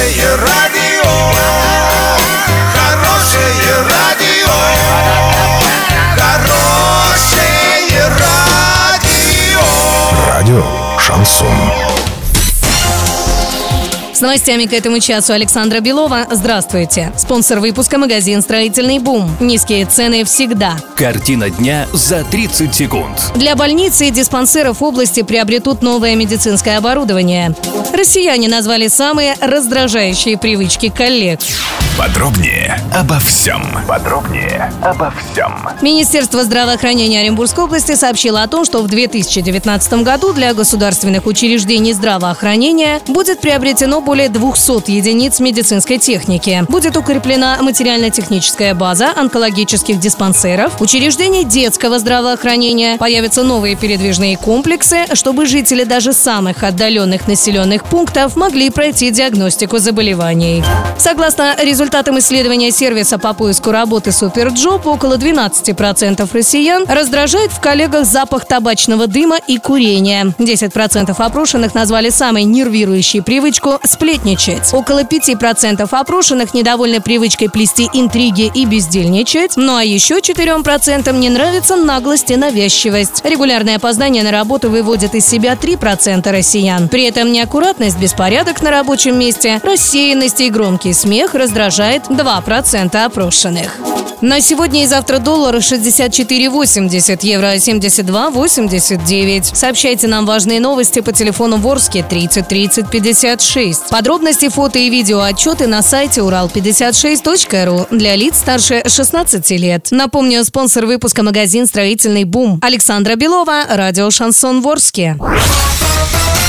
Хорошее радио, хорошее радио, хорошее радио. Радио «Шансон». С новостями к этому часу Александра Белова. Здравствуйте. Спонсор выпуска — магазин «Строительный бум». Низкие цены всегда. Картина дня за 30 секунд. Для больниц и диспансеров области приобретут новое медицинское оборудование. Россияне назвали самые раздражающие привычки коллег. Подробнее обо всем. Министерство здравоохранения Оренбургской области сообщило о том, что в 2019 году для государственных учреждений здравоохранения будет приобретено более 200 единиц медицинской техники. Будет укреплена материально-техническая база онкологических диспансеров, учреждений детского здравоохранения, появятся новые передвижные комплексы, чтобы жители даже самых отдаленных населенных пунктов могли пройти диагностику заболеваний. Согласно результатам исследования сервиса по поиску работы Суперджоп, около 12% россиян раздражает в коллегах запах табачного дыма и курения. 10% опрошенных назвали самой нервирующей привычку сплетничать. Около 5% опрошенных недовольны привычкой плести интриги и бездельничать. Ну а еще 4% не нравится наглость и навязчивость. Регулярное опоздание на работу выводит из себя 3% россиян. При этом неаккуратность, беспорядок на рабочем месте, рассеянность и громкий смех раздражает 2% опрошенных. На сегодня и завтра доллар 64,80, евро 72,89. Сообщайте нам важные новости по телефону Ворске 30 30 56. Подробности, фото и видео отчеты на сайте урал56.ру для лиц старше 16 лет. Напомню, спонсор выпуска — магазин «Строительный бум». Александра Белова, радио «Шансон» Ворске.